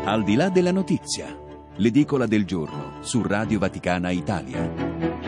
Al di là della notizia, l'edicola del giorno su Radio Vaticana Italia.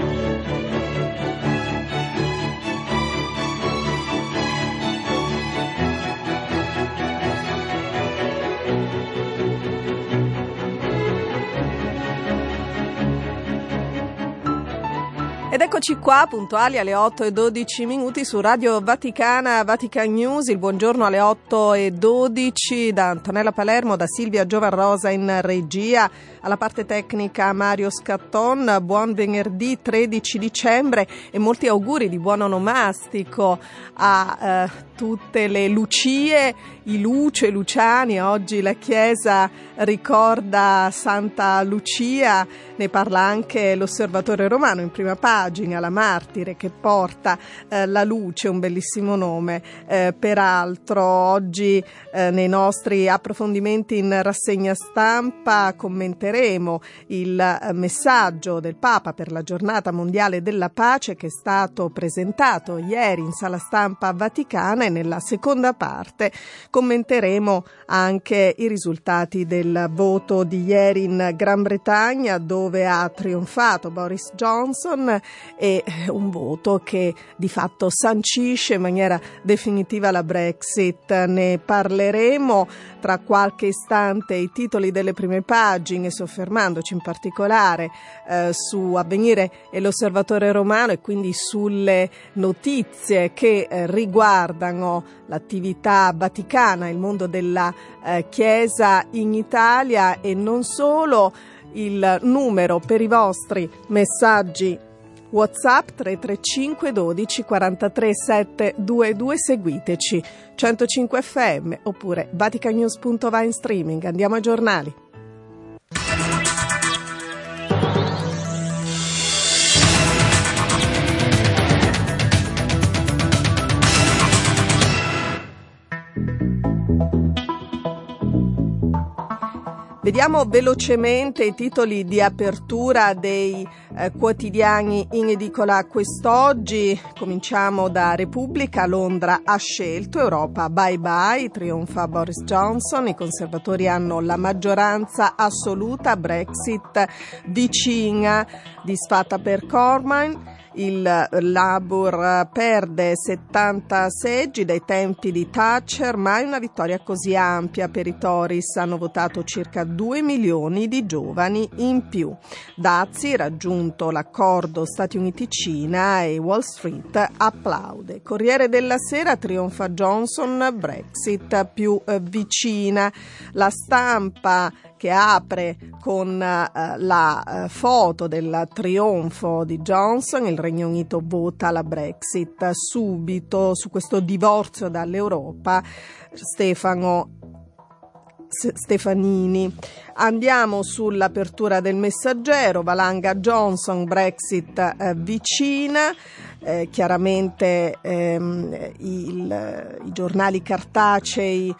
Ed eccoci qua, puntuali alle 8:12 su Radio Vaticana, Vatican News. Il buongiorno alle 8:12 da Antonella Palermo, da Silvia Giovarrosa in regia, alla parte tecnica Mario Scatton. Buon venerdì 13 dicembre e molti auguri di buon onomastico a tutte le Lucie, i Lucio e Luciani. Oggi la Chiesa ricorda Santa Lucia, ne parla anche l'Osservatore Romano in prima pagina, la martire che porta la luce, un bellissimo nome. Peraltro oggi nei nostri approfondimenti in rassegna stampa commenteremo il messaggio del Papa per la giornata mondiale della pace che è stato presentato ieri in sala stampa vaticana, e nella seconda parte commenteremo anche i risultati del voto di ieri in Gran Bretagna, dove ha trionfato Boris Johnson, e un voto che di fatto sancisce in maniera definitiva la Brexit. Ne parleremo tra qualche istante, i titoli delle prime pagine, soffermandoci in particolare su Avvenire e l'Osservatore Romano, e quindi sulle notizie che riguardano l'attività vaticana, il mondo della Chiesa in Italia e non solo. Il numero per i vostri messaggi WhatsApp 335 12 43 722, seguiteci 105 FM oppure vaticanews.va in streaming. Andiamo ai giornali. Vediamo velocemente i titoli di apertura dei quotidiani in edicola quest'oggi. Cominciamo da Repubblica. Londra ha scelto, Europa bye bye, trionfa Boris Johnson, i conservatori hanno la maggioranza assoluta, Brexit vicina, disfatta per Cormann. Il Labour perde 70 seggi dai tempi di Thatcher, mai una vittoria così ampia per i Tories, hanno votato circa 2 milioni di giovani in più. Dazi raggiunto l'accordo Stati Uniti-Cina e Wall Street applaude. Corriere della Sera, trionfa Johnson, Brexit più vicina. La Stampa che apre con la foto del trionfo di Johnson. Il Regno Unito vota la Brexit subito. Su questo divorzio dall'Europa Stefanini. Andiamo sull'apertura del Messaggero. Valanga Johnson, Brexit vicina. Chiaramente i giornali cartacei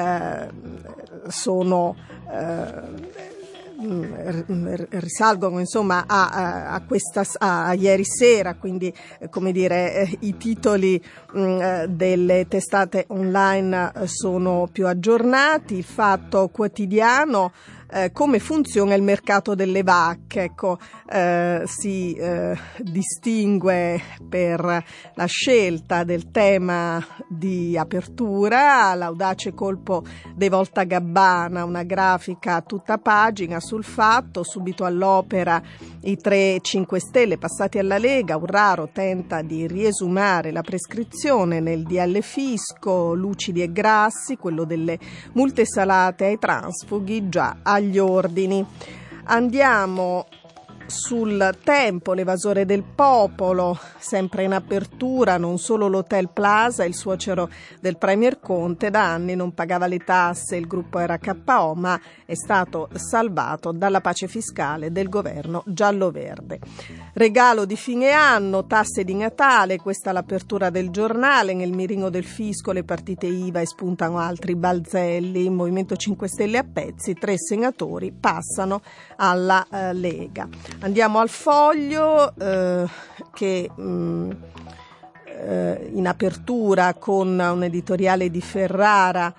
risalgono insomma a ieri sera, quindi i titoli delle testate online sono più aggiornati. Il Fatto Quotidiano, come funziona il mercato delle vacche, si distingue per la scelta del tema di apertura, l'audace colpo dei Voltagabbana, una grafica tutta pagina sul Fatto. Subito all'opera i 3-5 Stelle passati alla Lega, Urraro tenta di riesumare la prescrizione nel DL Fisco, Lucidi e Grassi, quello delle multe salate ai transfughi già agli ordini. Andiamo sul Tempo, l'evasore del popolo, sempre in apertura, non solo l'Hotel Plaza, il suocero del Premier Conte, da anni non pagava le tasse, il gruppo era KO, ma è stato salvato dalla pace fiscale del governo giallo-verde. Regalo di fine anno, tasse di Natale, questa è l'apertura del giornale. Nel mirino del fisco le partite IVA e spuntano altri balzelli, il Movimento 5 Stelle a pezzi, 3 senatori passano alla Lega. Andiamo al Foglio che in apertura con un editoriale di Ferrara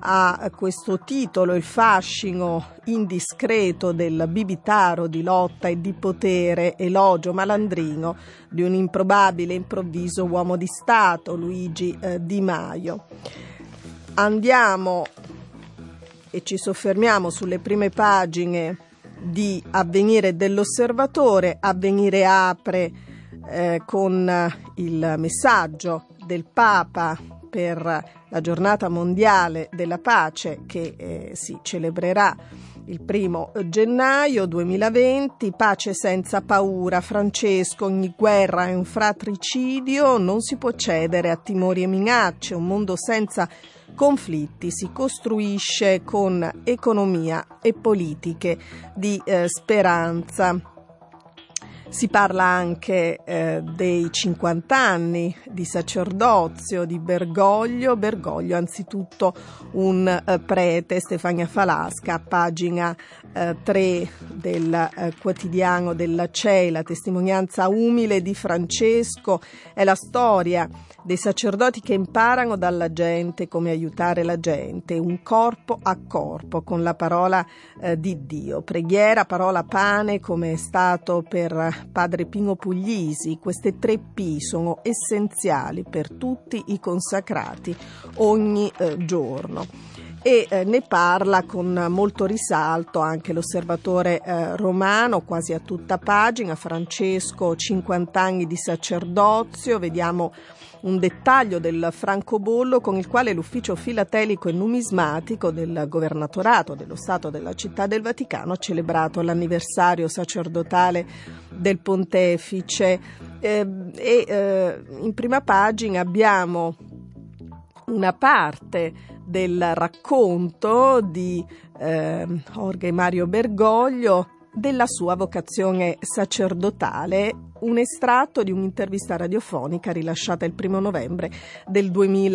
ha questo titolo, il fascino indiscreto del bibitaro di lotta e di potere, elogio malandrino di un improbabile e improvviso uomo di Stato, Luigi Di Maio. Andiamo e ci soffermiamo sulle prime pagine di Avvenire dell'Osservatore. Avvenire apre con il messaggio del Papa per la giornata mondiale della pace che si celebrerà il 1 gennaio 2020. Pace senza paura. Francesco, ogni guerra è un fratricidio, non si può cedere a timori e minacce. Un mondo senza conflitti si costruisce con economia e politiche di speranza. Si parla anche dei 50 anni di sacerdozio di Bergoglio. Bergoglio, anzitutto un prete, Stefania Falasca, pagina 3 del quotidiano della CEI, la testimonianza umile di Francesco. È la storia dei sacerdoti che imparano dalla gente come aiutare la gente, un corpo a corpo con la parola di Dio. Preghiera, parola, pane, come è stato per Padre Pino Puglisi. Queste 3 P sono essenziali per tutti i consacrati ogni giorno. E ne parla con molto risalto anche l'Osservatore Romano, quasi a tutta pagina. Francesco, 50 anni di sacerdozio. Vediamo un dettaglio del francobollo con il quale l'ufficio filatelico e numismatico del governatorato dello Stato della Città del Vaticano ha celebrato l'anniversario sacerdotale del pontefice. In prima pagina abbiamo una parte del racconto di Jorge Mario Bergoglio della sua vocazione sacerdotale, un estratto di un'intervista radiofonica rilasciata il 1 novembre del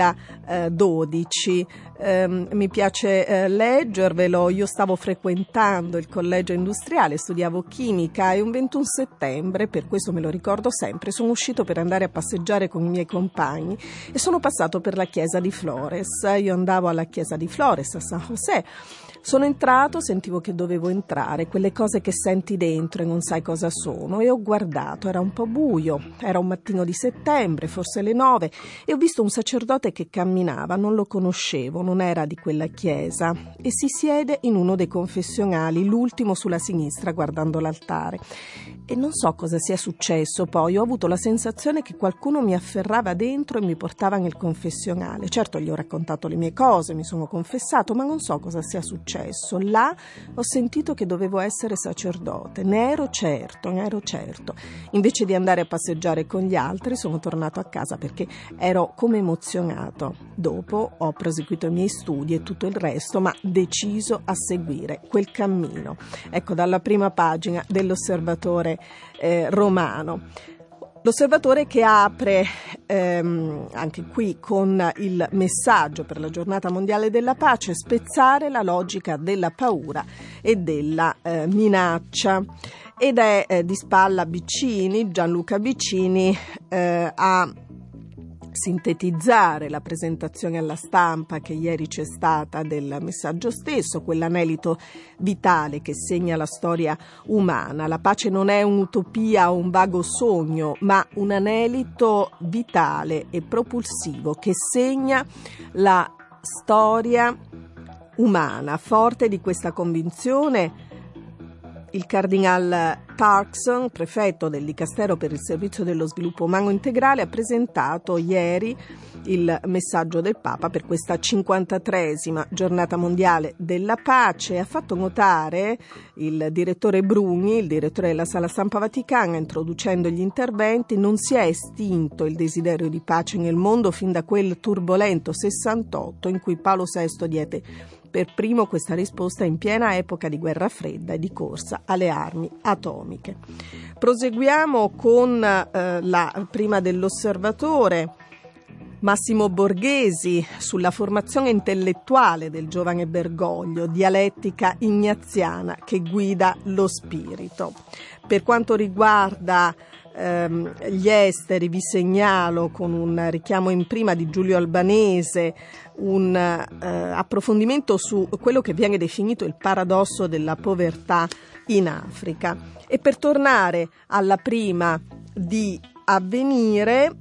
2012. Mi piace leggervelo. Io stavo frequentando il collegio industriale, studiavo chimica e un 21 settembre, per questo me lo ricordo sempre, sono uscito per andare a passeggiare con i miei compagni e sono passato per la chiesa di Flores. Io andavo alla chiesa di Flores a San José. Sono entrato, sentivo che dovevo entrare, quelle cose che senti dentro e non sai cosa sono, e ho guardato, era un po' buio, era un mattino di settembre, forse le 9, e ho visto un sacerdote che camminava, non lo conoscevo, non era di quella chiesa, e si siede in uno dei confessionali, l'ultimo sulla sinistra, guardando l'altare. E non so cosa sia successo poi, ho avuto la sensazione che qualcuno mi afferrava dentro e mi portava nel confessionale. Certo, gli ho raccontato le mie cose, mi sono confessato, ma non so cosa sia successo. Là ho sentito che dovevo essere sacerdote, ne ero certo. Invece di andare a passeggiare con gli altri sono tornato a casa perché ero come emozionato. Dopo ho proseguito i miei studi e tutto il resto, ma deciso a seguire quel cammino. Ecco, dalla prima pagina dell'Osservatore Romano. L'Osservatore che apre anche qui con il messaggio per la giornata mondiale della pace: spezzare la logica della paura e della minaccia. Ed è di spalla Biccini, Gianluca Biccini, a sintetizzare la presentazione alla stampa che ieri c'è stata del messaggio stesso, quell'anelito vitale che segna la storia umana. La pace non è un'utopia o un vago sogno, ma un anelito vitale e propulsivo che segna la storia umana. Forte di questa convinzione, il cardinal Parkson, prefetto del Dicastero per il Servizio dello Sviluppo Umano Integrale, ha presentato ieri il messaggio del Papa per questa 53esima giornata mondiale della pace. Ha fatto notare il direttore Bruni, il direttore della Sala Stampa Vaticana, introducendo gli interventi: non si è estinto il desiderio di pace nel mondo fin da quel turbolento 68 in cui Paolo VI diede per primo questa risposta in piena epoca di guerra fredda e di corsa alle armi atomiche. Proseguiamo con la prima dell'Osservatore. Massimo Borghesi sulla formazione intellettuale del giovane Bergoglio, dialettica ignaziana che guida lo spirito. Per quanto riguarda gli esteri, vi segnalo con un richiamo in prima di Giulio Albanese un approfondimento su quello che viene definito il paradosso della povertà in Africa. E per tornare alla prima di Avvenire,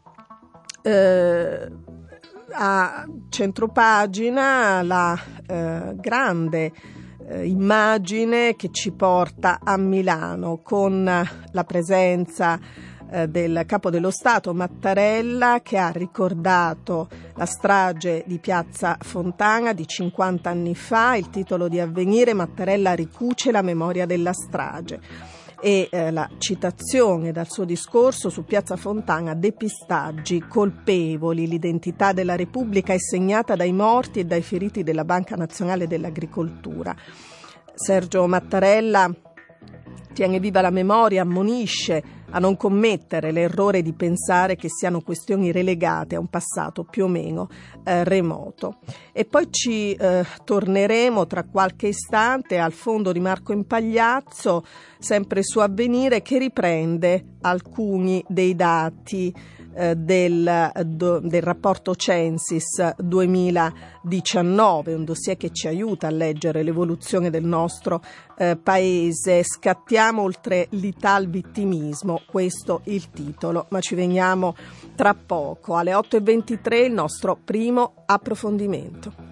a centropagina la grande immagine che ci porta a Milano con la presenza del Capo dello Stato Mattarella, che ha ricordato la strage di Piazza Fontana di 50 anni fa. Il titolo di Avvenire: Mattarella ricuce la memoria della strage. E la citazione dal suo discorso su Piazza Fontana: depistaggi, colpevoli, l'identità della Repubblica è segnata dai morti e dai feriti della Banca Nazionale dell'Agricoltura. Sergio Mattarella tiene viva la memoria, ammonisce a non commettere l'errore di pensare che siano questioni relegate a un passato più o meno remoto. E poi ci torneremo tra qualche istante al fondo di Marco Impagliazzo, sempre su Avvenire, che riprende alcuni dei dati del rapporto Censis 2019, un dossier che ci aiuta a leggere l'evoluzione del nostro paese. Scattiamo oltre l'ital vittimismo, questo il titolo, ma ci veniamo tra poco. Alle 8:23 il nostro primo approfondimento.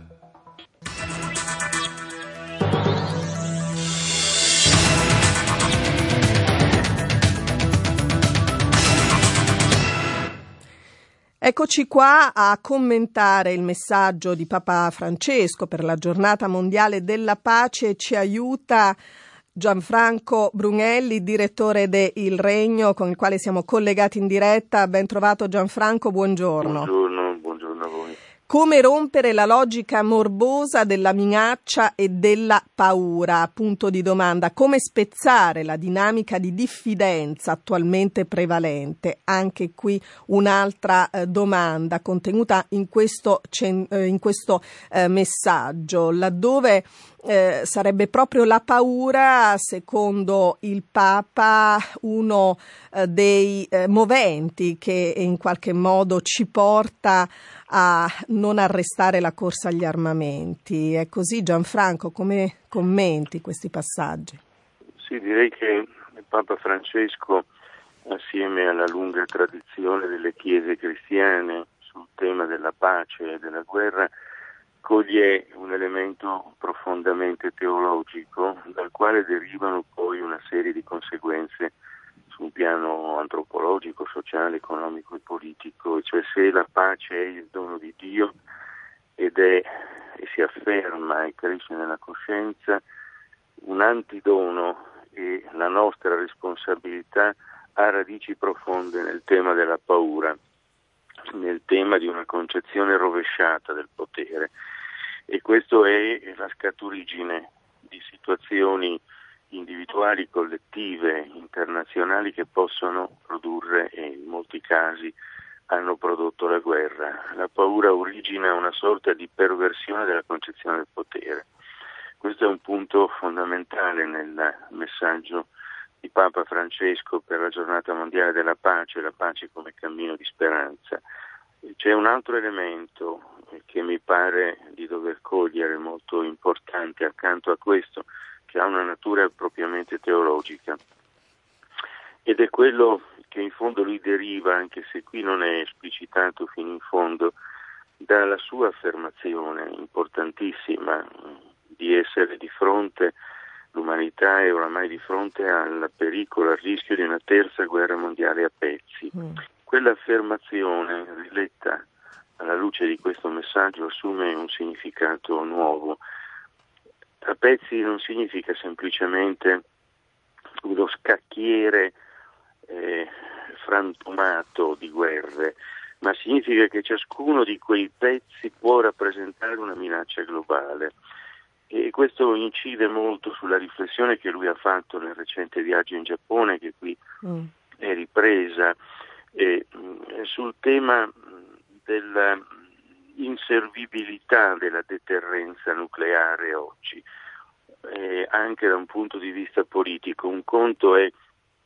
Eccoci qua a commentare il messaggio di Papa Francesco per la Giornata Mondiale della Pace. Ci aiuta Gianfranco Brunelli, direttore de Il Regno, con il quale siamo collegati in diretta. Ben trovato Gianfranco, buongiorno. Buongiorno a voi. Come rompere la logica morbosa della minaccia e della paura? Punto di domanda. Come spezzare la dinamica di diffidenza attualmente prevalente? Anche qui un'altra domanda contenuta in questo messaggio, laddove sarebbe proprio la paura, secondo il Papa, uno dei moventi che in qualche modo ci porta a non arrestare la corsa agli armamenti. È così, Gianfranco? Come commenti questi passaggi? Sì, direi che il Papa Francesco, assieme alla lunga tradizione delle chiese cristiane sul tema della pace e della guerra, coglie un elemento profondamente teologico dal quale derivano poi una serie di conseguenze sul piano antropologico, sociale, economico e politico, cioè se la pace è il dono di Dio e si afferma e cresce nella coscienza, un antidono e la nostra responsabilità ha radici profonde nel tema della paura, nel tema di una concezione rovesciata del potere, e questo è la scaturigine di situazioni individuali, collettive, internazionali che possono produrre, e in molti casi hanno prodotto la guerra. La paura origina una sorta di perversione della concezione del potere. Questo è un punto fondamentale nel messaggio di Papa Francesco per la Giornata Mondiale della Pace, la pace come cammino di speranza. C'è un altro elemento che mi pare di dover cogliere, molto importante accanto a questo, che ha una natura propriamente teologica, ed è quello che in fondo lui deriva, anche se qui non è esplicitato fino in fondo, dalla sua affermazione importantissima di essere di fronte, l'umanità è oramai di fronte al pericolo, al rischio di una terza guerra mondiale a pezzi. Quell'affermazione, riletta alla luce di questo messaggio, assume un significato nuovo. A pezzi non significa semplicemente uno scacchiere frantumato di guerre, ma significa che ciascuno di quei pezzi può rappresentare una minaccia globale. E questo incide molto sulla riflessione che lui ha fatto nel recente viaggio in Giappone, che qui è ripresa, sul tema dell'inservibilità della deterrenza nucleare oggi, anche da un punto di vista politico. Un conto è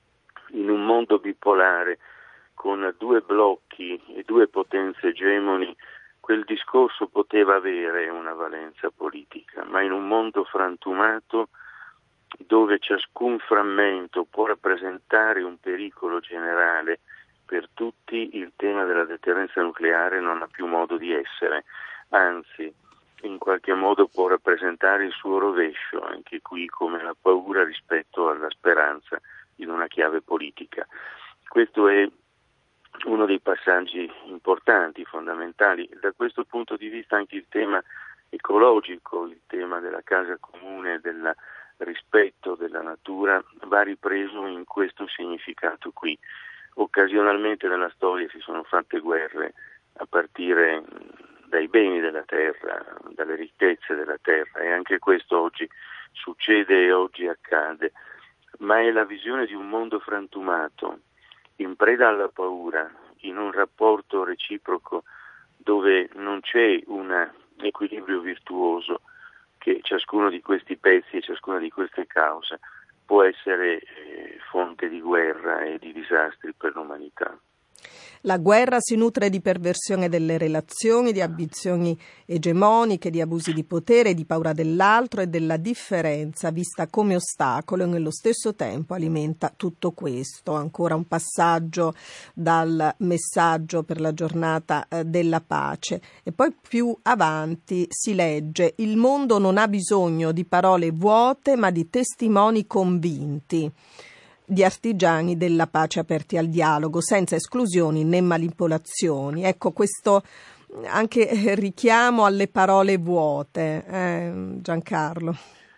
in un mondo bipolare con due blocchi e due potenze egemoni, quel discorso poteva avere una valenza politica, ma in un mondo frantumato dove ciascun frammento può rappresentare un pericolo generale per tutti, il tema della deterrenza nucleare non ha più modo di essere, anzi in qualche modo può rappresentare il suo rovescio, anche qui come la paura rispetto alla speranza in una chiave politica. Questo è uno dei passaggi importanti, fondamentali. Da questo punto di vista anche il tema ecologico, il tema della casa comune, del rispetto della natura va ripreso in questo significato qui. Occasionalmente nella storia si sono fatte guerre a partire dai beni della terra, dalle ricchezze della terra, e anche questo oggi succede e oggi accade, ma è la visione di un mondo frantumato, in preda alla paura, in un rapporto reciproco dove non c'è un equilibrio virtuoso, che ciascuno di questi pezzi e ciascuna di queste cause può essere fonte di guerra e di disastri per l'umanità. La guerra si nutre di perversione delle relazioni, di ambizioni egemoniche, di abusi di potere, di paura dell'altro e della differenza vista come ostacolo, e nello stesso tempo alimenta tutto questo. Ancora un passaggio dal messaggio per la giornata della pace. E poi più avanti si legge: il mondo non ha bisogno di parole vuote ma di testimoni convinti, di artigiani della pace aperti al dialogo, senza esclusioni né manipolazioni. Ecco, questo anche richiamo alle parole vuote, Giancarlo.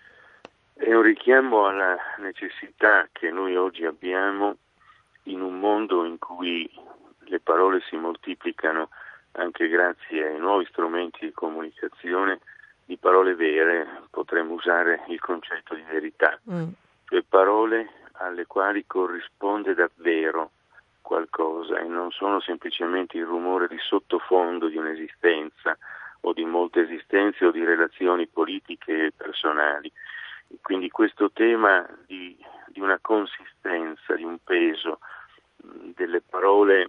È un richiamo alla necessità che noi oggi abbiamo, in un mondo in cui le parole si moltiplicano anche grazie ai nuovi strumenti di comunicazione, di parole vere. Potremmo usare il concetto di verità, cioè parole alle quali corrisponde davvero qualcosa e non sono semplicemente il rumore di sottofondo di un'esistenza o di molte esistenze o di relazioni politiche e personali. Quindi questo tema di una consistenza, di un peso delle parole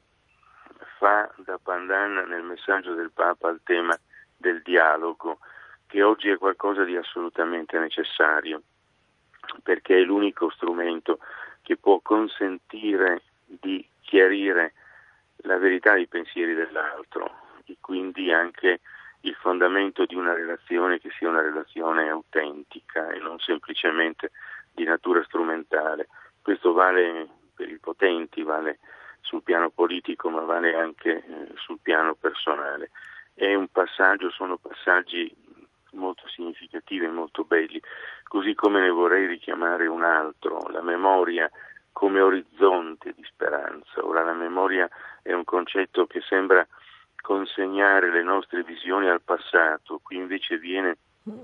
fa da pandan nel messaggio del Papa al tema del dialogo, che oggi è qualcosa di assolutamente necessario, perché è l'unico strumento che può consentire di chiarire la verità dei pensieri dell'altro e quindi anche il fondamento di una relazione che sia una relazione autentica e non semplicemente di natura strumentale. Questo vale per i potenti, vale sul piano politico, ma vale anche sul piano personale. È un passaggio, sono passaggi molto significativi e molto belli, così come ne vorrei richiamare un altro, la memoria come orizzonte di speranza. Ora, la memoria è un concetto che sembra consegnare le nostre visioni al passato, qui invece viene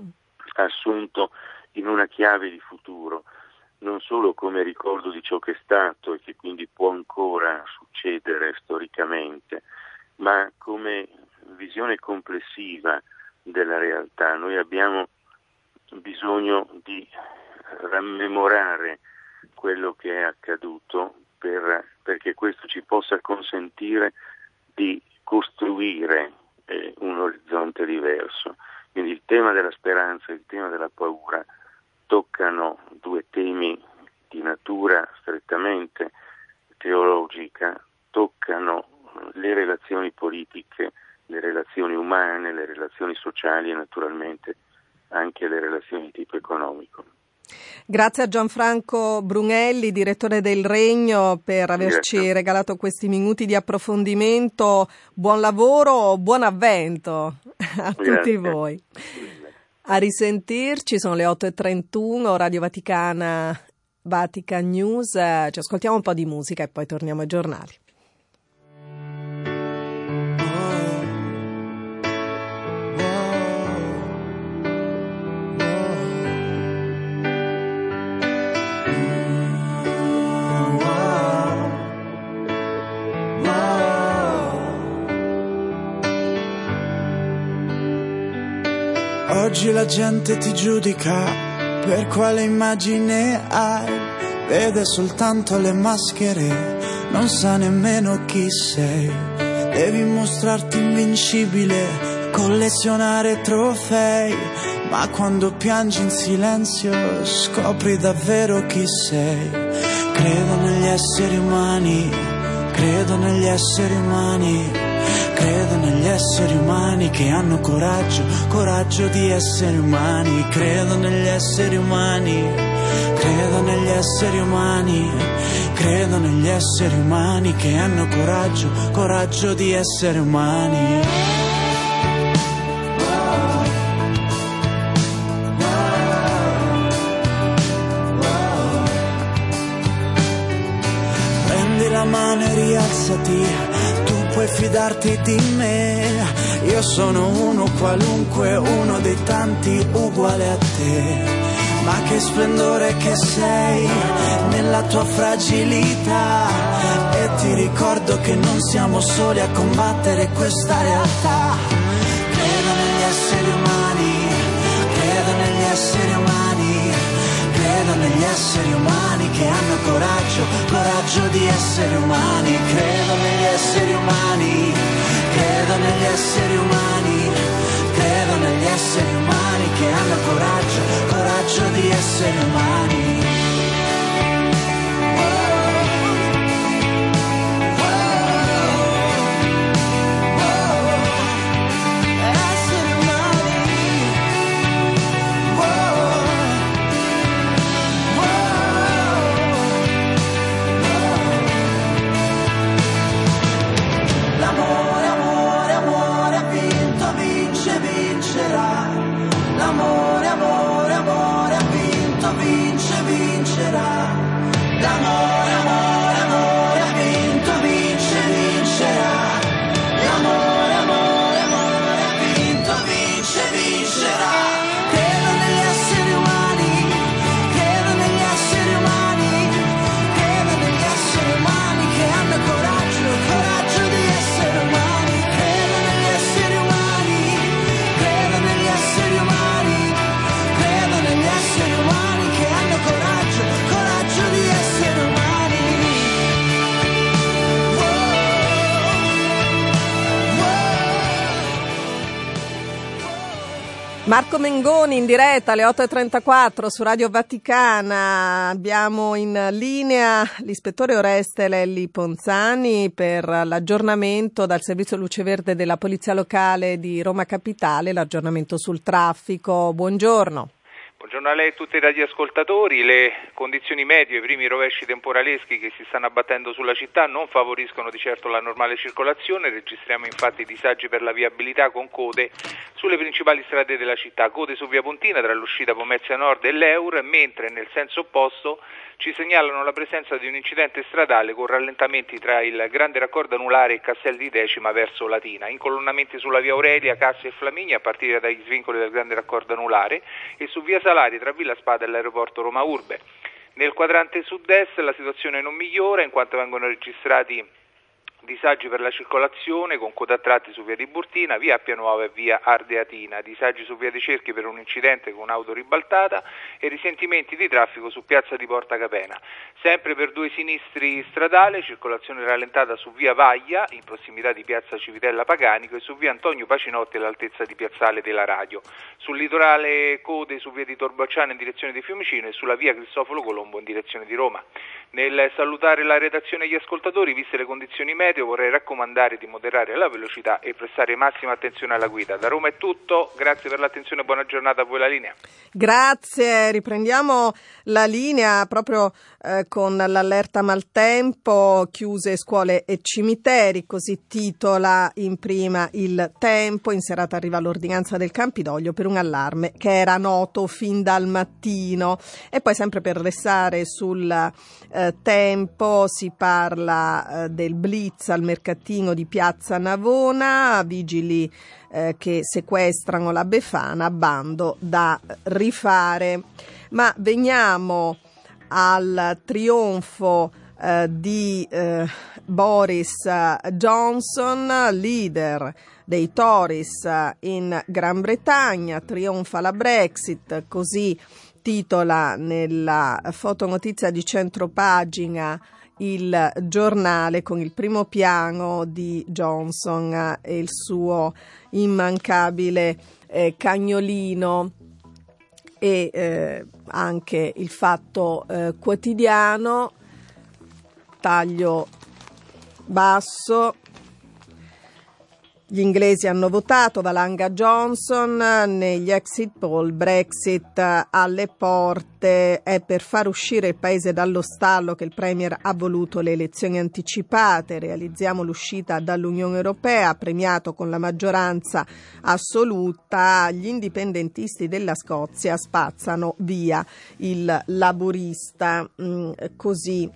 assunto in una chiave di futuro, non solo come ricordo di ciò che è stato e che quindi può ancora succedere storicamente, ma come visione complessiva della realtà. Noi abbiamo bisogno di rammemorare quello che è accaduto perché questo ci possa consentire di costruire un orizzonte diverso. Quindi il tema della speranza e il tema della paura toccano due temi di natura strettamente teologica, toccano le relazioni politiche, le relazioni umane, le relazioni sociali e naturalmente anche le relazioni di tipo economico. Grazie a Gianfranco Brunelli, direttore del Regno, per averci regalato questi minuti di approfondimento. Buon lavoro, buon avvento a tutti voi. A risentirci, sono le 8:31, Radio Vaticana, Vatican News. Ci ascoltiamo un po' di musica e poi torniamo ai giornali. Oggi la gente ti giudica per quale immagine hai, vede soltanto le maschere, non sa nemmeno chi sei. Devi mostrarti invincibile, collezionare trofei, ma quando piangi in silenzio scopri davvero chi sei. Credo negli esseri umani, credo negli esseri umani, credo negli esseri umani che hanno coraggio, coraggio di essere umani. Credo negli esseri umani, credo negli esseri umani, credo negli esseri umani che hanno coraggio, coraggio di essere umani. La mano e rialzati, tu puoi fidarti di me. Io sono uno qualunque, uno dei tanti uguale a te. Ma che splendore che sei nella tua fragilità. E ti ricordo che non siamo soli a combattere questa realtà. Credo negli esseri umani, credo negli esseri umani, credo negli esseri umani che hanno coraggio, coraggio di essere umani. Credo negli esseri umani, credo negli esseri umani, credo negli esseri umani che hanno coraggio, coraggio di essere umani. L'amore, amore, amore ha vinto, vince, vincerà. L'amore, amore, amore ha vinto, vince, vincerà. L'amore, amore, amore ha vinto, vince, vincerà. Credo negli esseri umani, credo negli esseri umani, credo negli esseri umani che hanno coraggio, coraggio di essere umani. Credo negli esseri umani, credo negli esseri umani, credo negli esseri umani che hanno coraggio, coraggio di essere umani. Marco Mengoni in diretta alle 8.34 su Radio Vaticana. Abbiamo in linea l'ispettore Oreste Lelli Ponzani per l'aggiornamento dal servizio Luce Verde della Polizia Locale di Roma Capitale, l'aggiornamento sul traffico. Buongiorno. Buongiorno a lei e a tutti i radioascoltatori. Le condizioni meteo, i primi rovesci temporaleschi che si stanno abbattendo sulla città non favoriscono di certo la normale circolazione. Registriamo infatti disagi per la viabilità con code sulle principali strade della città, code su via Pontina tra l'uscita Pomezia Nord e l'Eur, mentre nel senso opposto ci segnalano la presenza di un incidente stradale con rallentamenti tra il Grande Raccordo Anulare e Castel di Decima verso Latina, incolonnamenti sulla via Aurelia, Cassia e Flaminia a partire dagli svincoli del Grande Raccordo Anulare e su via Salari tra Villa Spada e l'aeroporto Roma Urbe. Nel quadrante sud-est la situazione non migliora in quanto vengono registrati disagi per la circolazione con code a tratti su via Tiburtina, via Appia Nuova e via Ardeatina, disagi su via dei Cerchi per un incidente con auto ribaltata e risentimenti di traffico su piazza di Porta Capena. Sempre per due sinistri stradale, circolazione rallentata su via Vaglia in prossimità di piazza Civitella Paganico e su via Antonio Pacinotti all'altezza di piazzale della Radio. Sul litorale code su via di Torbacciano in direzione di Fiumicino e sulla via Cristoforo Colombo in direzione di Roma. Nel salutare la redazione e gli ascoltatori, viste le condizioni meteo, vorrei raccomandare di moderare la velocità e prestare massima attenzione alla guida. Da Roma è tutto, grazie per l'attenzione e buona giornata a voi. La linea. Grazie, riprendiamo la linea proprio con l'allerta maltempo, chiuse scuole e cimiteri, così titola in prima Il Tempo. In serata arriva l'ordinanza del Campidoglio per un allarme che era noto fin dal mattino. E poi sempre per restare sul Tempo si parla del blitz al mercatino di Piazza Navona, vigili che sequestrano la Befana, bando da rifare. Ma veniamo al trionfo di Boris Johnson, leader dei Tories in Gran Bretagna. Trionfa la Brexit, così titola nella fotonotizia di centropagina il giornale con il primo piano di Johnson e il suo immancabile cagnolino e anche il Fatto Quotidiano, taglio basso. Gli inglesi hanno votato Valanga Johnson negli exit poll, Brexit alle porte, è per far uscire il paese dallo stallo che il Premier ha voluto le elezioni anticipate, realizziamo l'uscita dall'Unione Europea, premiato con la maggioranza assoluta, gli indipendentisti della Scozia spazzano via il laburista, così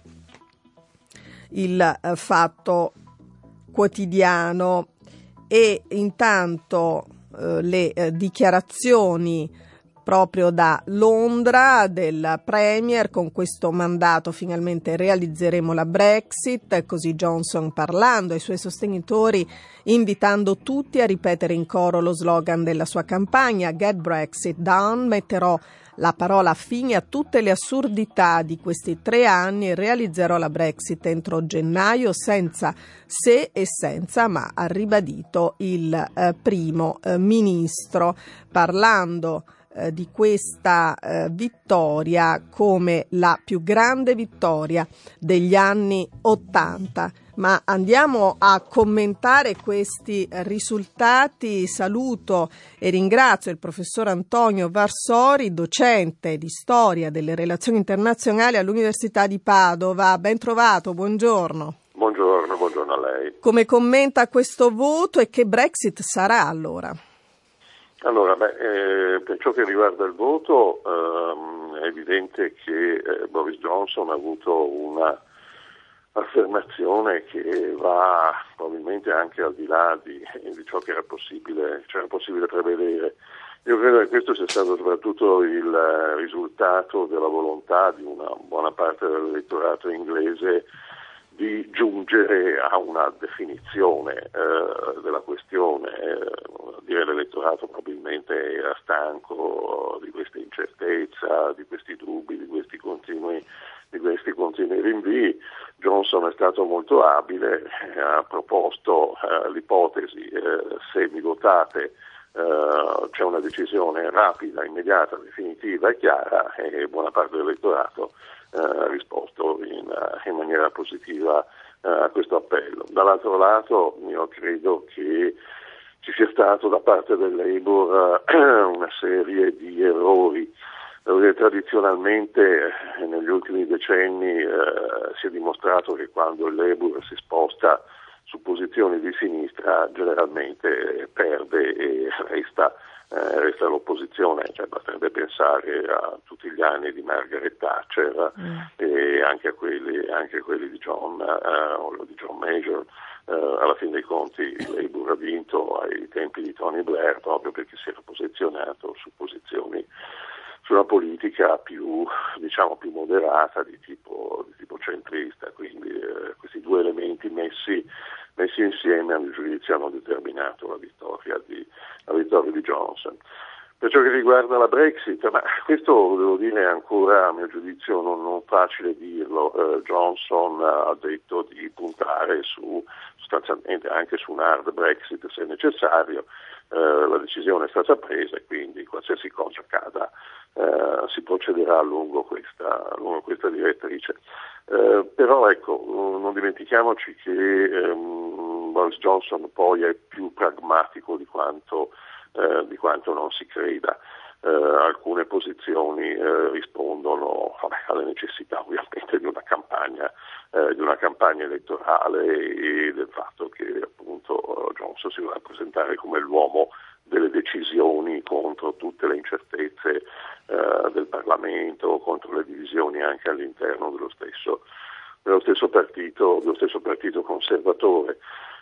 il Fatto Quotidiano. E intanto le dichiarazioni proprio da Londra del Premier: con questo mandato finalmente realizzeremo la Brexit, così Johnson parlando ai suoi sostenitori, invitando tutti a ripetere in coro lo slogan della sua campagna: Get Brexit Done, metterò la parola fine a tutte le assurdità di questi 3 anni e realizzerò la Brexit entro gennaio senza se e senza ma, ha ribadito il primo ministro, parlando di questa vittoria come la più grande vittoria degli anni '80. Ma andiamo a commentare questi risultati. Saluto e ringrazio il professor Antonio Varsori, docente di storia delle relazioni internazionali all'Università di Padova. Ben trovato, buongiorno. Buongiorno a lei. Come commenta questo voto e che Brexit sarà allora? Allora, per ciò che riguarda il voto, è evidente che Boris Johnson ha avuto una affermazione che va probabilmente anche al di là di ciò che c'era possibile prevedere. Io credo che questo sia stato soprattutto il risultato della volontà di una buona parte dell'elettorato inglese di giungere a una definizione della questione. Dire l'elettorato probabilmente era stanco di questa incertezza, di questi dubbi, di questi continui rinvii. Johnson è stato molto abile, ha proposto l'ipotesi: se mi votate c'è una decisione rapida, immediata, definitiva e chiara, e buona parte dell'elettorato ha risposto in maniera positiva a questo appello. Dall'altro lato io credo che ci sia stato da parte del Labour una serie di errori. Tradizionalmente negli ultimi decenni si è dimostrato che quando il Labour si sposta su posizioni di sinistra generalmente perde e resta l'opposizione. Basterebbe pensare a tutti gli anni di Margaret Thatcher e anche a quelli di John Major. Alla fin dei conti il Labour ha vinto ai tempi di Tony Blair proprio perché si era posizionato su una politica più moderata, di tipo centrista. Quindi questi due elementi messi insieme, a mio giudizio, hanno determinato la vittoria di Johnson. Per ciò che riguarda la Brexit, ma questo devo dire ancora, a mio giudizio, non facile dirlo. Johnson ha detto di puntare sostanzialmente anche su un hard Brexit se necessario. La decisione è stata presa e quindi qualsiasi cosa accada si procederà lungo questa direttrice. Però ecco, non dimentichiamoci che Boris Johnson poi è più pragmatico di quanto non si creda. Alcune posizioni rispondono alle necessità ovviamente di una campagna elettorale e del fatto che appunto Johnson si vuole presentare come l'uomo delle decisioni contro tutte le incertezze del Parlamento, contro le divisioni anche all'interno dello stesso partito conservatore.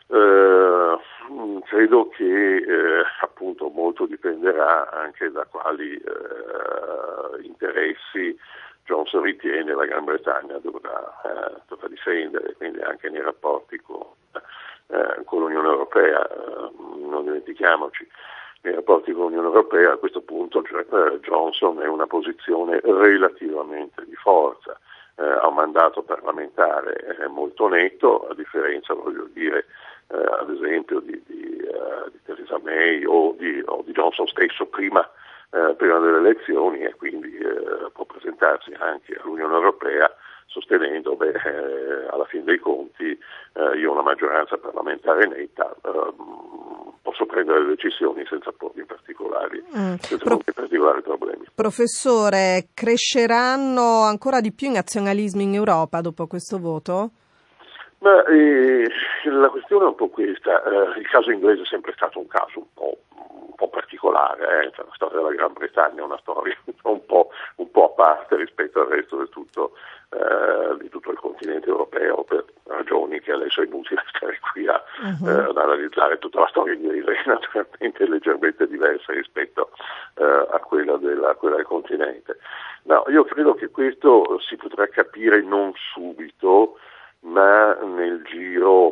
Credo che appunto molto dipenderà anche da quali interessi Johnson ritiene la Gran Bretagna dovrà difendere, quindi anche nei rapporti con l'Unione Europea. Non dimentichiamoci, nei rapporti con l'Unione Europea, a questo punto Johnson è in una posizione relativamente di forza, ha un mandato parlamentare molto netto, a differenza, voglio dire, ad esempio di Theresa May o di Johnson stesso prima delle elezioni, e quindi può presentarsi anche all'Unione Europea sostenendo alla fine dei conti io ho una maggioranza parlamentare netta, posso prendere le decisioni senza pormi particolari problemi. Professore, cresceranno ancora di più i nazionalismi in Europa dopo questo voto? Ma la questione è un po' questa. Il caso inglese è sempre stato un caso un po' particolare, la storia della Gran Bretagna è una storia un po' a parte rispetto al resto di tutto il continente europeo, per ragioni che adesso è inutile stare qui ad analizzare. Tutta la storia inglese è naturalmente leggermente diversa rispetto a quella del continente. No, io credo che questo si potrà capire non subito, ma nel giro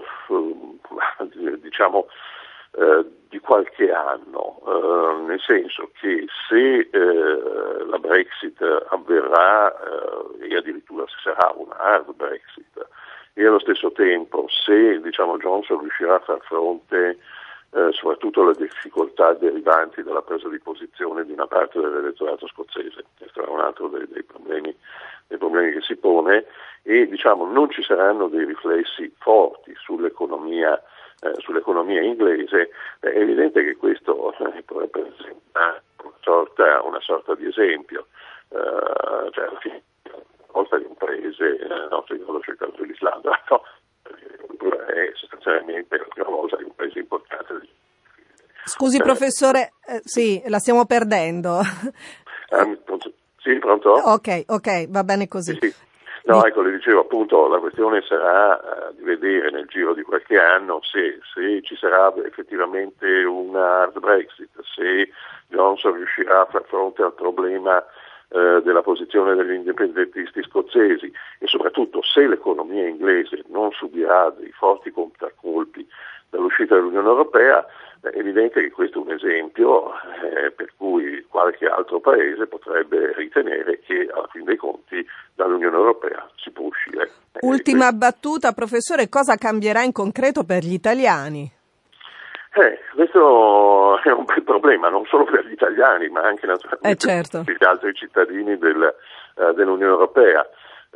di qualche anno, nel senso che se la Brexit avverrà e addirittura se sarà una hard Brexit, e allo stesso tempo se Johnson riuscirà a far fronte soprattutto alle difficoltà derivanti dalla presa di posizione di una parte dell'elettorato scozzese, questo è un altro dei problemi che si pone, e non ci saranno dei riflessi forti sull'economia inglese, è evidente che questo potrebbe rappresentare una sorta di esempio, alla fine volta di un paese, io ho cercato l'Islanda, è sostanzialmente la prima volta di un paese importante. Scusi professore, sì, la stiamo perdendo. Sì, pronto? Ok, va bene così. Sì. No, ecco, le dicevo appunto, la questione sarà di vedere nel giro di qualche anno se ci sarà effettivamente una hard Brexit, se Johnson riuscirà a far fronte al problema della posizione degli indipendentisti scozzesi, e soprattutto se l'economia inglese non subirà dei forti contraccolpi dall'uscita dall'Unione Europea. È evidente che questo è un esempio per cui qualche altro paese potrebbe ritenere che alla fine dei conti dall'Unione Europea si può uscire. Ultima battuta, professore, cosa cambierà in concreto per gli italiani? Questo è un bel problema, non solo per gli italiani, ma anche naturalmente certo. per gli altri cittadini dell'Unione Europea.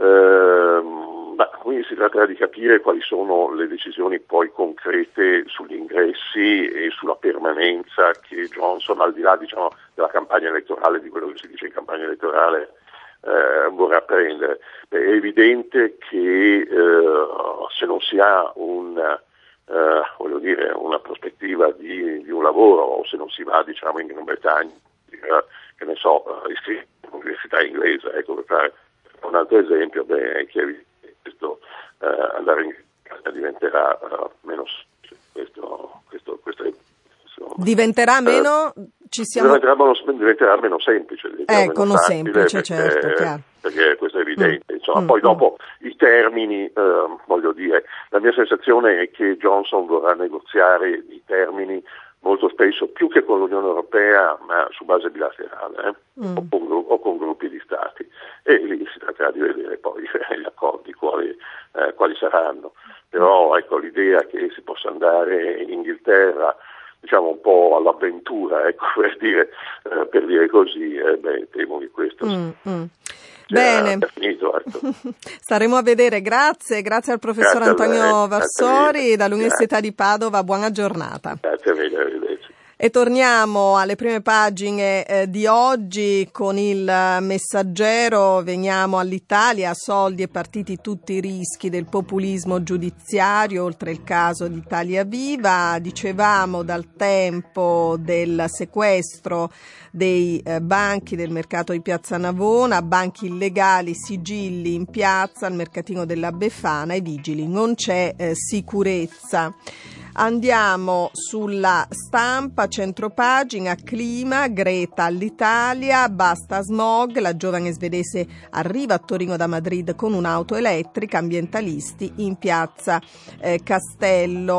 Quindi si tratterà di capire quali sono le decisioni poi concrete sugli ingressi e sulla permanenza che Johnson, al di là della campagna elettorale, di quello che si dice in campagna elettorale, vorrà prendere. È evidente che se non si ha una prospettiva di un lavoro, o se non si va in Gran Bretagna, iscritti all'università inglese, per fare un altro esempio, è che questo andare in casa diventerà meno diventerà meno diventerà meno semplice, meno semplice, certo, chiaro. Perché questo è evidente. Poi dopo i termini, la mia sensazione è che Johnson vorrà negoziare i termini molto spesso più che con l'Unione Europea, ma su base bilaterale o con gruppi di stati, e lì si tratterà di vedere poi gli accordi quali saranno. Però l'idea che si possa andare in Inghilterra un po' all'avventura, per dire così, temo che questo bene, finito, ecco. Staremo a vedere. Grazie al professor Antonio Vassori dall'Università di Padova, buona giornata. Grazie a lei, arrivederci. E torniamo alle prime pagine di oggi con il Messaggero. Veniamo all'Italia, soldi e partiti, tutti i rischi del populismo giudiziario, oltre il caso di Italia Viva. Dicevamo dal Tempo del sequestro dei banchi del mercato di Piazza Navona, banchi illegali, sigilli in piazza, al mercatino della Befana, i vigili, non c'è sicurezza. Andiamo sulla Stampa, centropagina, clima, Greta all'Italia, basta smog, la giovane svedese arriva a Torino da Madrid con un'auto elettrica, ambientalisti in piazza Castello.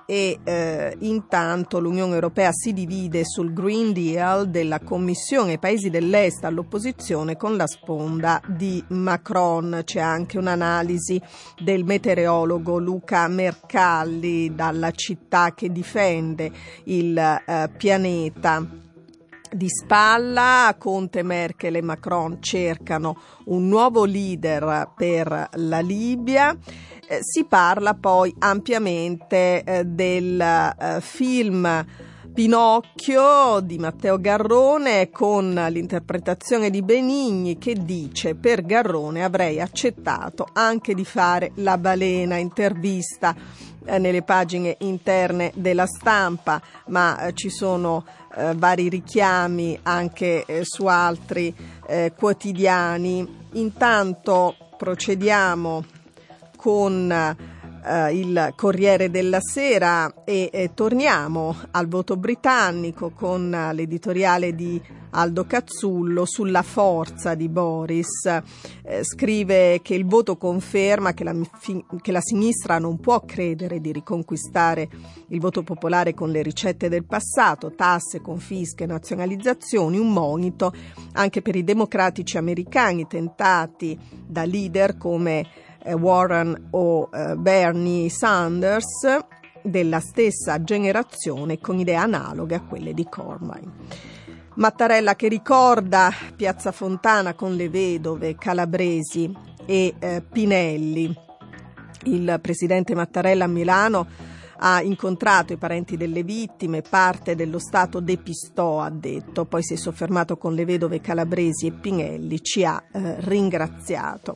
e intanto l'Unione Europea si divide sul Green Deal della Commissione, i paesi dell'Est all'opposizione con la sponda di Macron. C'è anche un'analisi del meteorologo Luca Mercalli dalla città che difende il pianeta. Di spalla, Conte, Merkel e Macron cercano un nuovo leader per la Libia. Si parla poi ampiamente del film Pinocchio di Matteo Garrone, con l'interpretazione di Benigni che dice: per Garrone avrei accettato anche di fare la balena. Intervista nelle pagine interne della Stampa, ma ci sono vari richiami anche su altri quotidiani. Intanto procediamo con il Corriere della Sera e torniamo al voto britannico con l'editoriale di Aldo Cazzullo sulla forza di Boris. Scrive che il voto conferma che la sinistra non può credere di riconquistare il voto popolare con le ricette del passato, tasse, confische, nazionalizzazioni, un monito anche per i democratici americani tentati da leader come Warren o Bernie Sanders, della stessa generazione con idee analoghe a quelle di Cornwall. Mattarella che ricorda Piazza Fontana con le vedove Calabresi e Pinelli. Il presidente Mattarella a Milano ha incontrato i parenti delle vittime, parte dello Stato depistò, ha detto, poi si è soffermato con le vedove Calabresi e Pinelli, ci ha ringraziato.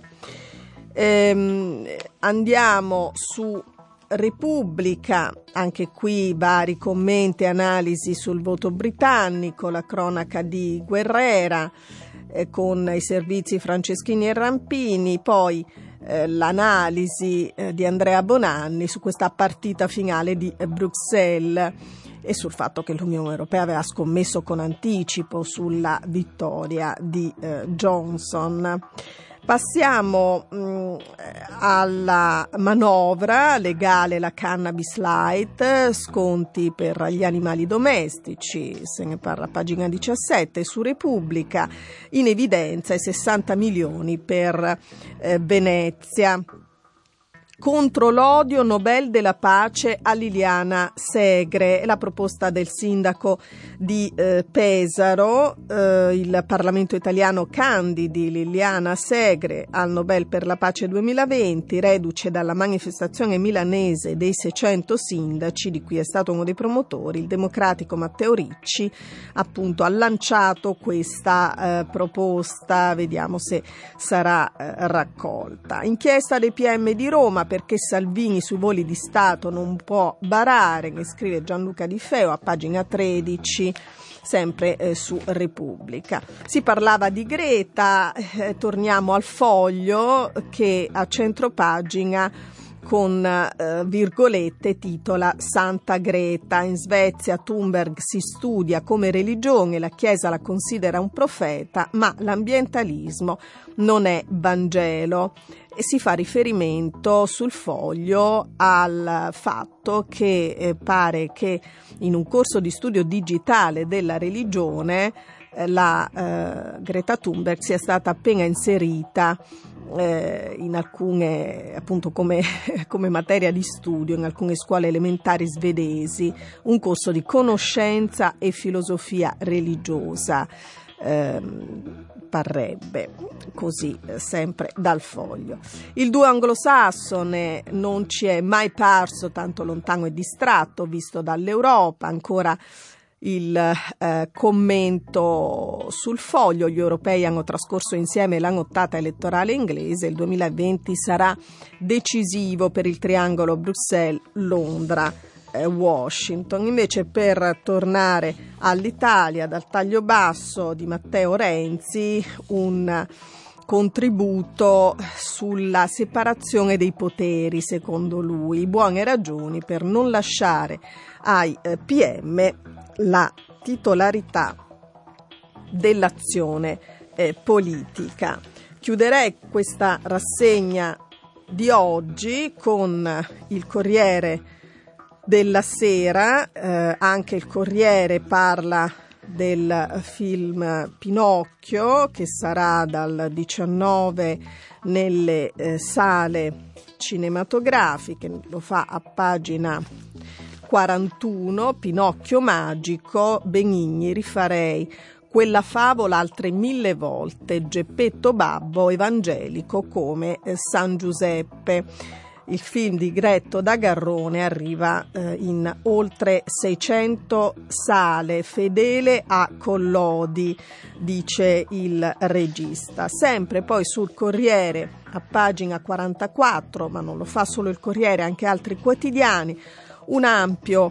Andiamo su Repubblica, anche qui vari commenti e analisi sul voto britannico, la cronaca di Guerrera con i servizi Franceschini e Rampini, poi l'analisi di Andrea Bonanni su questa partita finale di Bruxelles e sul fatto che l'Unione Europea aveva scommesso con anticipo sulla vittoria di Johnson. Passiamo alla manovra legale, la cannabis light, sconti per gli animali domestici, se ne parla a pagina 17, su Repubblica, in evidenza i 60 milioni per Venezia. Contro l'odio, Nobel della pace a Liliana Segre, la proposta del sindaco di Pesaro. Il Parlamento italiano candidi Liliana Segre al Nobel per la pace 2020, reduce dalla manifestazione milanese dei 600 sindaci, di cui è stato uno dei promotori. Il democratico Matteo Ricci appunto ha lanciato questa proposta, vediamo se sarà raccolta. Inchiesta dei PM di Roma perché Salvini sui voli di Stato non può barare, ne scrive Gianluca Di Feo a pagina 13, sempre su Repubblica. Si parlava di Greta, torniamo al Foglio che a centropagina con virgolette titola Santa Greta. In Svezia Thunberg si studia come religione, la Chiesa la considera un profeta, ma l'ambientalismo non è Vangelo. E si fa riferimento sul Foglio al fatto che pare che in un corso di studio digitale della religione la Greta Thunberg sia stata appena inserita in alcune, appunto come materia di studio in alcune scuole elementari svedesi, un corso di conoscenza e filosofia religiosa. Parrebbe così, sempre dal Foglio. Il duo anglosassone non ci è mai parso tanto lontano e distratto visto dall'Europa. Ancora il commento sul Foglio: gli europei hanno trascorso insieme la nottata elettorale inglese, il 2020 sarà decisivo per il triangolo Bruxelles-Londra Washington. Invece, per tornare all'Italia, dal taglio basso di Matteo Renzi, un contributo sulla separazione dei poteri, secondo lui, buone ragioni per non lasciare ai PM la titolarità dell'azione politica. Chiuderei questa rassegna di oggi con il Corriere della Sera. Anche il Corriere parla del film Pinocchio, che sarà dal 19 nelle sale cinematografiche. Lo fa a pagina 41. Pinocchio magico, Benigni: rifarei quella favola altre 1000 volte, Geppetto babbo evangelico come San Giuseppe. Il film diretto da Garrone arriva in oltre 600 sale, fedele a Collodi, dice il regista. Sempre poi sul Corriere, a pagina 44, ma non lo fa solo il Corriere, anche altri quotidiani, un'ampia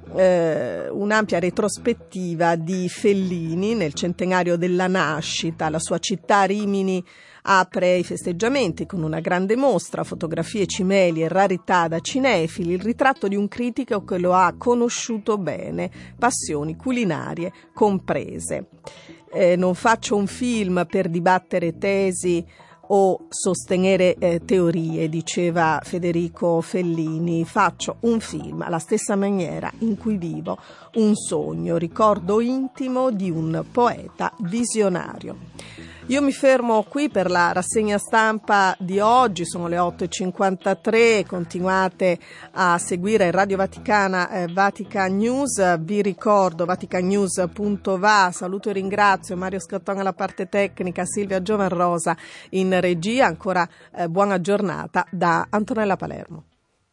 retrospettiva di Fellini nel centenario della nascita. La sua città, Rimini, apre i festeggiamenti con una grande mostra, fotografie, cimeli e rarità da cinefili, il ritratto di un critico che lo ha conosciuto bene, passioni culinarie comprese. Non faccio un film per dibattere tesi o sostenere teorie, diceva Federico Fellini, faccio un film alla stessa maniera in cui vivo un sogno, ricordo intimo di un poeta visionario. Io mi fermo qui per la rassegna stampa di oggi, sono le 8:53, continuate a seguire Radio Vaticana, Vatican News, vi ricordo vaticannews.va, saluto e ringrazio Mario Scatton alla parte tecnica, Silvia Giovanrosa in regia, ancora buona giornata da Antonella Palermo.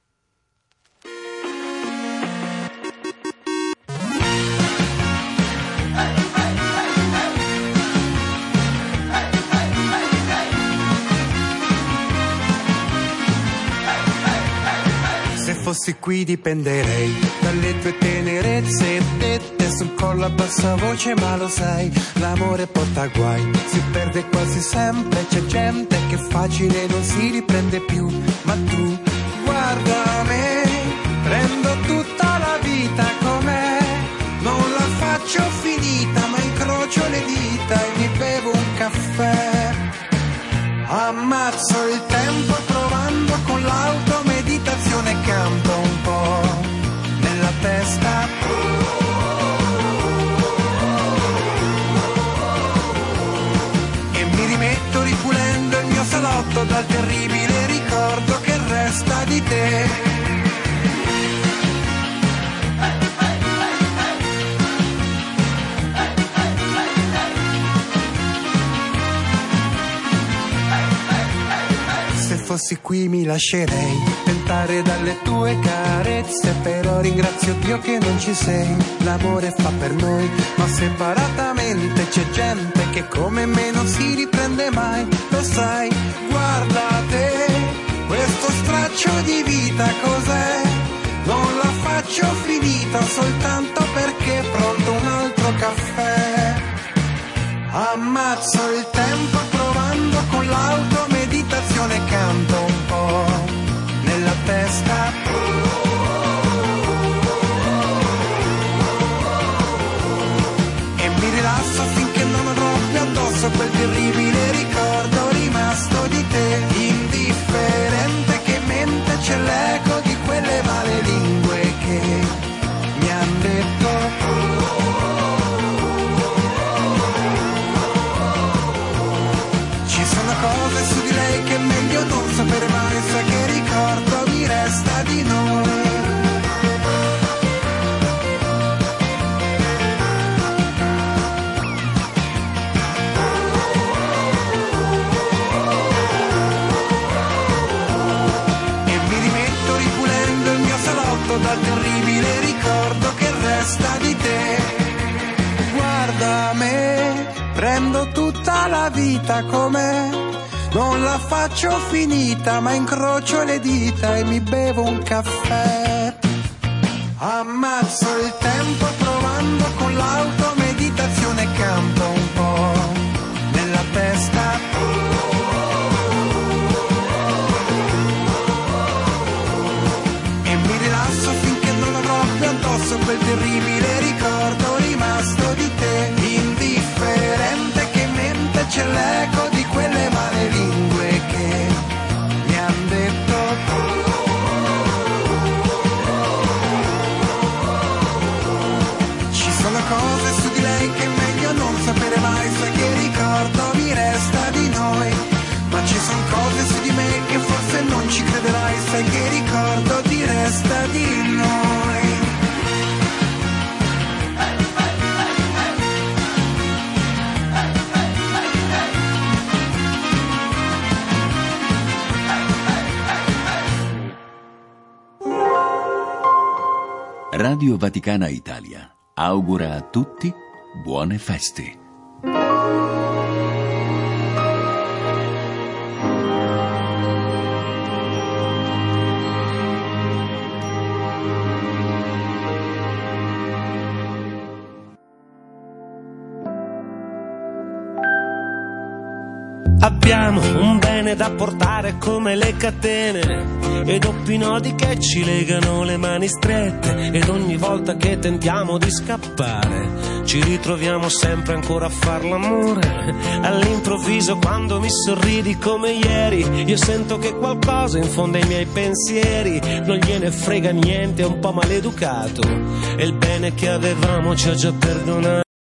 Se fossi qui dipenderei dalle tue tenerezze dette sul collo a bassa voce, ma lo sai, l'amore porta guai, si perde quasi sempre, c'è gente che facile non si riprende più, ma tu guarda me, prendo tutta la vita com'è, non la faccio finita, ma incrocio le dita e mi bevo un caffè, ammazzo il tempo provando con l'automeditazione, canto un po' nella testa, e mi rimetto ripulendo il mio salotto dal terribile ricordo che resta di te. Se fossi qui mi lascerei tentare dalle tue carezze, però ringrazio Dio che non ci sei, l'amore fa per noi, ma separatamente c'è gente che come me non si riprende mai, lo sai, guarda te, questo straccio di vita cos'è, non la faccio finita soltanto perché è pronto un altro caffè, ammazzo il tempo provando con l'automeditazione, canto un po' nella testa, e mi rilasso finché non avrò più addosso quel terribile ricordo rimasto di te, indifferente che mente c'è l'eco di quelle male lingue che mi han detto. Cose su di lei che è meglio non sapere mai, sa che ricordo mi resta di noi. E mi rimetto ripulendo il mio salotto dal terribile ricordo che resta di te. Guarda me, prendo tutta la vita com'è, non la faccio finita, ma incrocio le dita e mi bevo un caffè. Ammazzo il tempo provando con l'automeditazione, canto un po' nella testa. E mi rilasso finché non avrò più addosso quel terribile ricordo rimasto di te, indifferente che mente c'è l'eco di quelle male lingue che mi han detto. Radio Vaticana Italia augura a tutti buone feste. Abbiamo un bene da portare come le catene e doppi nodi che ci legano le mani strette, ed ogni volta che tentiamo di scappare ci ritroviamo sempre ancora a far l'amore. All'improvviso quando mi sorridi come ieri, io sento che qualcosa infonde i miei pensieri. Non gliene frega niente, è un po' maleducato e il bene che avevamo ci ha già perdonato.